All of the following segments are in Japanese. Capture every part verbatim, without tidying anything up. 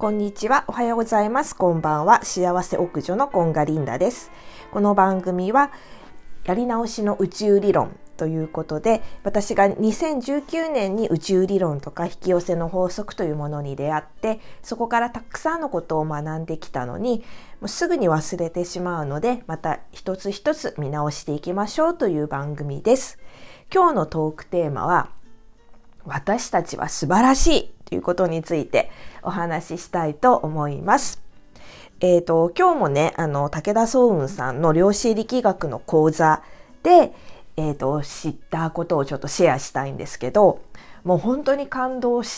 こんにちは。おはようございます。こんばんは。幸せ奥女のコンガリンダです。この番組はやり直しの宇宙理論ということで、私がにせんじゅうきゅうねんに宇宙理論とか引き寄せの法則というものに出会って、そこからたくさんのことを学んできたのに、もうすぐに忘れてしまうので、また一つ一つ見直していきましょうという番組です。今日のトークテーマは、私たちは素晴らしいということについてお話ししたいと思います。えっと、今日もね、あの、武田壮雲さんの量子力学の講座で、えっと、知ったことをちょっとシェアしたいんですけど、もう本当に感動して、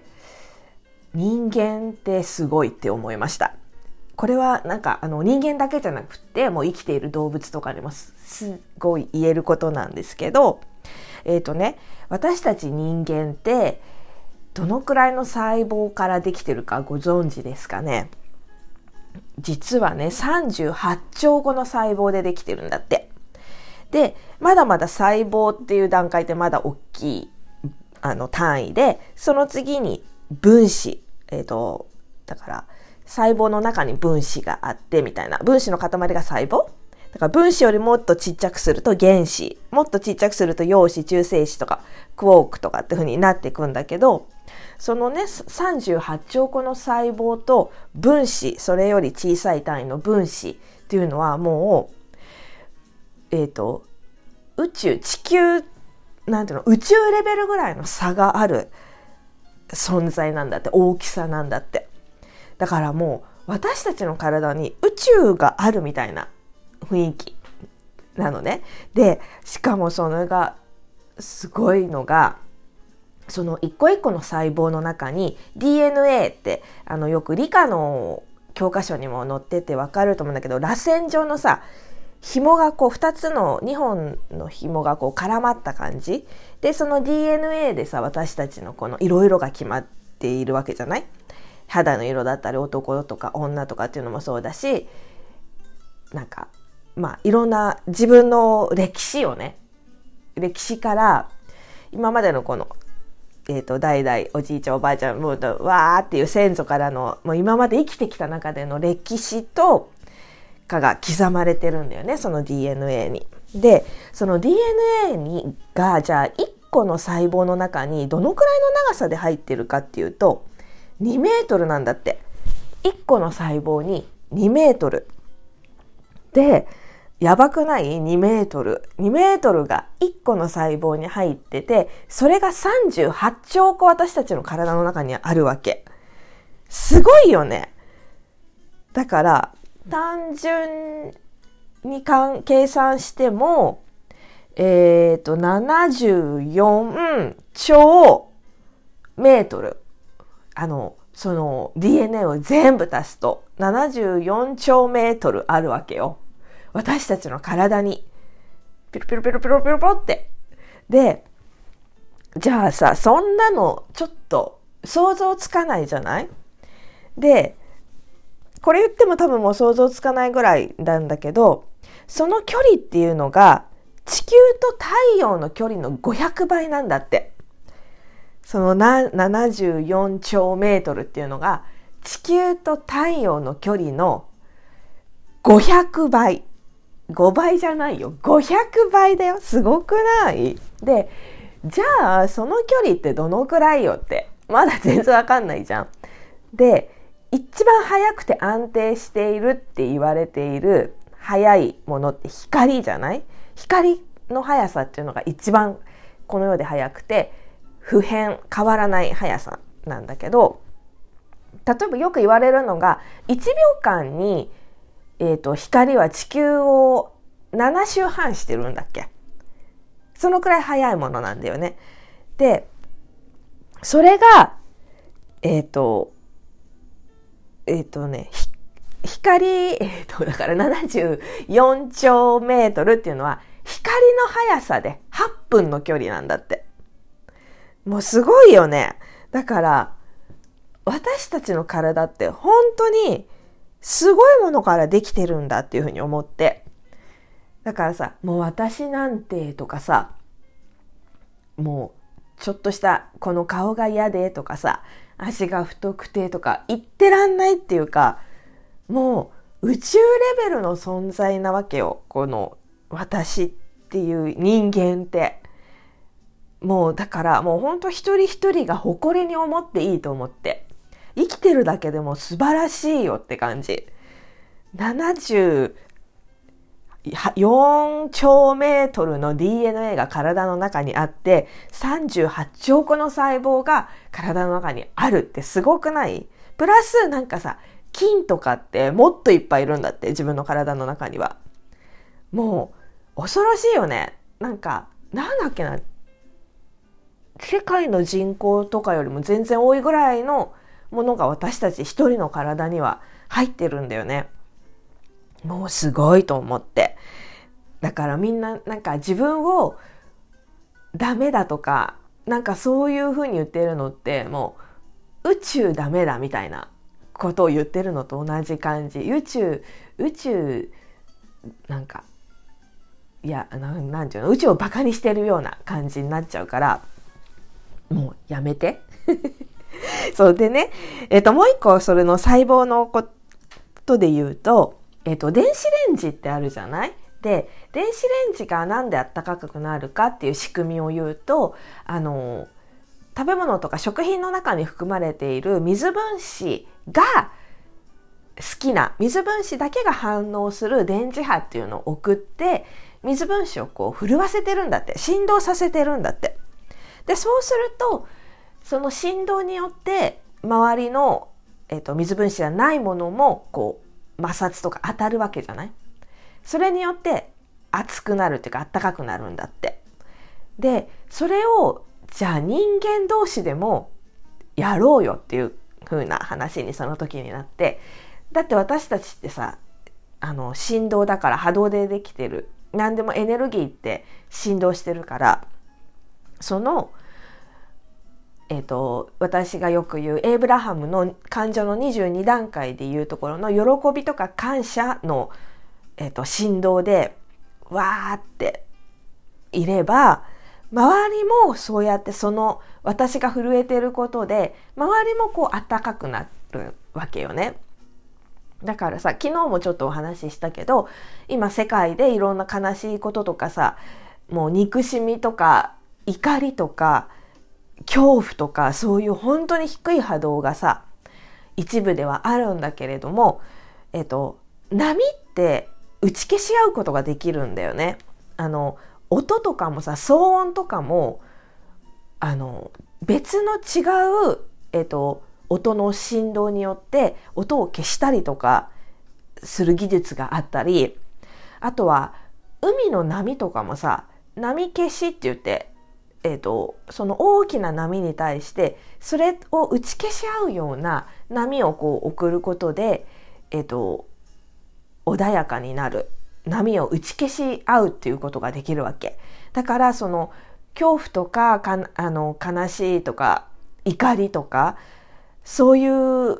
人間ってすごいって思いました。これはなんかあの人間だけじゃなくて、もう生きている動物とかにもすごい言えることなんですけど、えっとね、私たち人間ってどのくらいの細胞からできてるかご存知ですかね。実はね、さんじゅうはちちょう個の細胞でできてるんだって。で、まだまだ細胞っていう段階ってまだ大きいあの単位で、その次に分子、えっと、だから細胞の中に分子があってみたいな、分子の塊が細胞だから分子よりもっとちっちゃくすると原子、もっとちっちゃくすると陽子、中性子とかクォークとかっていう風になっていくんだけど、そのねさんじゅうはちちょう個の細胞と分子、それより小さい単位の分子っていうのはもうえっと宇宙、地球なんていうの、宇宙レベルぐらいの差がある存在なんだって、大きさなんだって。だからもう私たちの体に宇宙があるみたいな雰囲気なのね。で、しかもそれがすごいのが、その一個一個の細胞の中に ディーエヌエー ってあのよく理科の教科書にも載っててわかると思うんだけど、螺旋状のさ紐がこうふたつのにほんの紐がこう絡まった感じで、その ディーエヌエー でさ私たちのこの色々が決まっているわけじゃない。肌の色だったり男とか女とかっていうのもそうだし、なんかまあいろんな自分の歴史をね、歴史から今までのこのえっと代々おじいちゃんおばあちゃんもうわーっていう先祖からのもう今まで生きてきた中での歴史とかが刻まれてるんだよね、その ディーエヌエー に。で、その ディーエヌエー にがじゃあいっこの細胞の中にどのくらいの長さで入ってるかっていうとにメートルなんだって。いっこの細胞ににメートルで、やばくない？ に メートル。にメートルがいっこの細胞に入ってて、それがさんじゅうはちちょう個私たちの体の中にあるわけ。すごいよね。だから、単純に計算しても、えっと、ななじゅうよんちょうメートル。あの、その ディーエヌエー を全部足すとななじゅうよんちょうメートルあるわけよ。私たちの体に。ピロピロピロピロピロピロって。で、じゃあさ、そんなのちょっと想像つかないじゃない？で、これ言っても多分もう想像つかないぐらいなんだけど、その距離っていうのが地球と太陽の距離のごひゃくばいなんだって。そのななじゅうよんちょうメートルっていうのが地球と太陽の距離のごひゃくばい。ごばいじゃないよ。ごひゃくばいだよ。すごくない？で、じゃあその距離ってどのくらいよって。まだ全然わかんないじゃん。で、一番速くて安定しているって言われている速いものって光じゃない？光の速さっていうのが一番この世で速くて、不変、変わらない速さなんだけど、例えばよく言われるのがいちびょうかんにえっと、光は地球をななしゅうはんしてるんだっけ？そのくらい速いものなんだよね。で、それが、えっと、えっとね、光、えっと、だからななじゅうよんちょうメートルっていうのは、光の速さではっぷんの距離なんだって。もうすごいよね。だから、私たちの体って本当に、すごいものからできてるんだっていうふうに思って。だからさ、もう私なんてとかさ、もうちょっとしたこの顔が嫌でとかさ、足が太くてとか言ってらんないっていうか、もう宇宙レベルの存在なわけよ、この私っていう人間って。もうだからもうほんと一人一人が誇りに思っていいと思って、生きてるだけでも素晴らしいよって感じ。ななじゅうよんちょうメートルの ディーエヌエー が体の中にあって、さんじゅうはちおくの細胞が体の中にあるってすごくない？プラスなんかさ、菌とかってもっといっぱいいるんだって、自分の体の中には。もう恐ろしいよね。なんかなんだっけな、世界の人口とかよりも全然多いぐらいのものが私たち一人の体には入ってるんだよね。もうすごいと思って。だからみんななんか自分をダメだとか、なんかそういう風に言ってるのって、もう宇宙ダメだみたいなことを言ってるのと同じ感じ。宇宙宇宙なんかいやな、なんていうの、宇宙をバカにしてるような感じになっちゃうから、もうやめて。そうでね、えっともう一個それの細胞のことで言うと、えっと電子レンジってあるじゃない？で、電子レンジがなんであったかくなるかっていう仕組みを言うと、あの食べ物とか食品の中に含まれている水分子が好きな、水分子だけが反応する電磁波っていうのを送って、水分子をこう震わせてるんだって、振動させてるんだって。で、そうするとその振動によって周りの、えーと、水分子じゃないものもこう摩擦とか当たるわけじゃない。それによって熱くなるっていうか暖かくなるんだって。で、それをじゃあ人間同士でもやろうよっていう風な話にその時になって、だって私たちってさ、あの振動だから波動でできてる、何でもエネルギーって振動してるから、その、えーと、私がよく言うエイブラハムの感情のにじゅうにだんかいでいうところの喜びとか感謝の、えーと、振動でわーっていれば、周りもそうやってその私が震えてることで周りもこう暖かくなるわけよね。だからさ、昨日もちょっとお話ししたけど、今世界でいろんな悲しいこととかさ、もう憎しみとか怒りとか恐怖とか、そういう本当に低い波動がさ、一部ではあるんだけれども、えっと波って打ち消し合うことができるんだよね。あの音とかもさ、騒音とかもあの別の違う、えっと音の振動によって音を消したりとかする技術があったり、あとは海の波とかもさ、波消しって言って、えーと、その大きな波に対してそれを打ち消し合うような波をこう送ることで、えーと、穏やかになる、波を打ち消し合うっていうことができるわけだから、その恐怖とか、かあの悲しいとか怒りとか、そういう、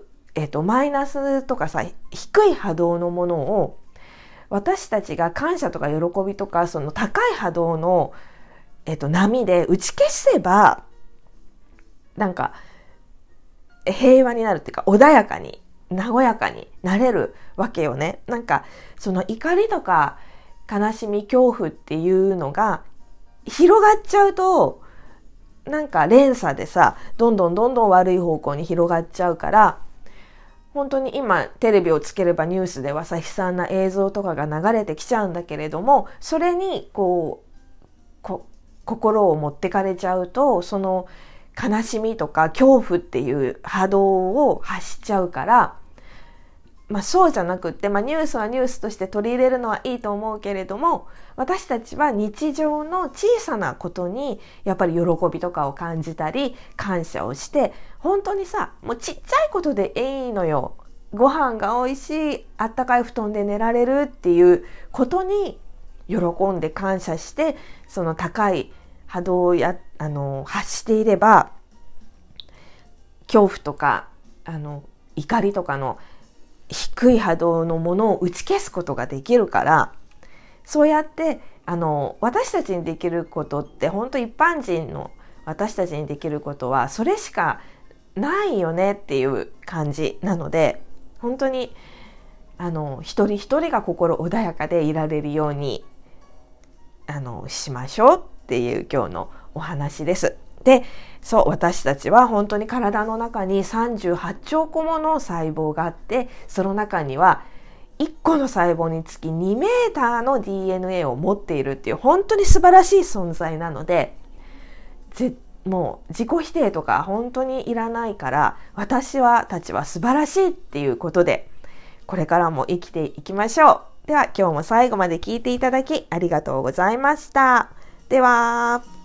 えーと、マイナスとかさ、低い波動のものを私たちが感謝とか喜びとか、その高い波動の、えーと、波で打ち消せば、なんか平和になるっていうか、穏やかに和やかになれるわけよね。なんかその怒りとか悲しみ、恐怖っていうのが広がっちゃうと、なんか連鎖でさ、どんどんどんどん悪い方向に広がっちゃうから、本当に今テレビをつければニュースではさ、悲惨な映像とかが流れてきちゃうんだけれども、それにこうこ心を持ってかれちゃうと、その悲しみとか恐怖っていう波動を発しちゃうから、まあそうじゃなくって、まあニュースはニュースとして取り入れるのはいいと思うけれども、私たちは日常の小さなことにやっぱり喜びとかを感じたり感謝をして、本当にさ、もうちっちゃいことでいいのよ。ご飯が美味しい、あったかい布団で寝られるっていうことに喜んで感謝して、その高い波動をやあの発していれば、恐怖とかあの怒りとかの低い波動のものを打ち消すことができるから、そうやってあの私たちにできることって、本当一般人の私たちにできることはそれしかないよねっていう感じなので、本当にあの一人一人が心穏やかでいられるようにあのしましょうっていう今日のお話です。で、そう、私たちは本当に体の中にさんじゅうはちおくもの細胞があって、その中にはいっこの細胞につきにメーターの ディーエヌエー を持っているっていう本当に素晴らしい存在なので、ぜもう自己否定とか本当にいらないから、私はたちは素晴らしいっていうことでこれからも生きていきましょう。では今日も最後まで聞いていただきありがとうございました。では。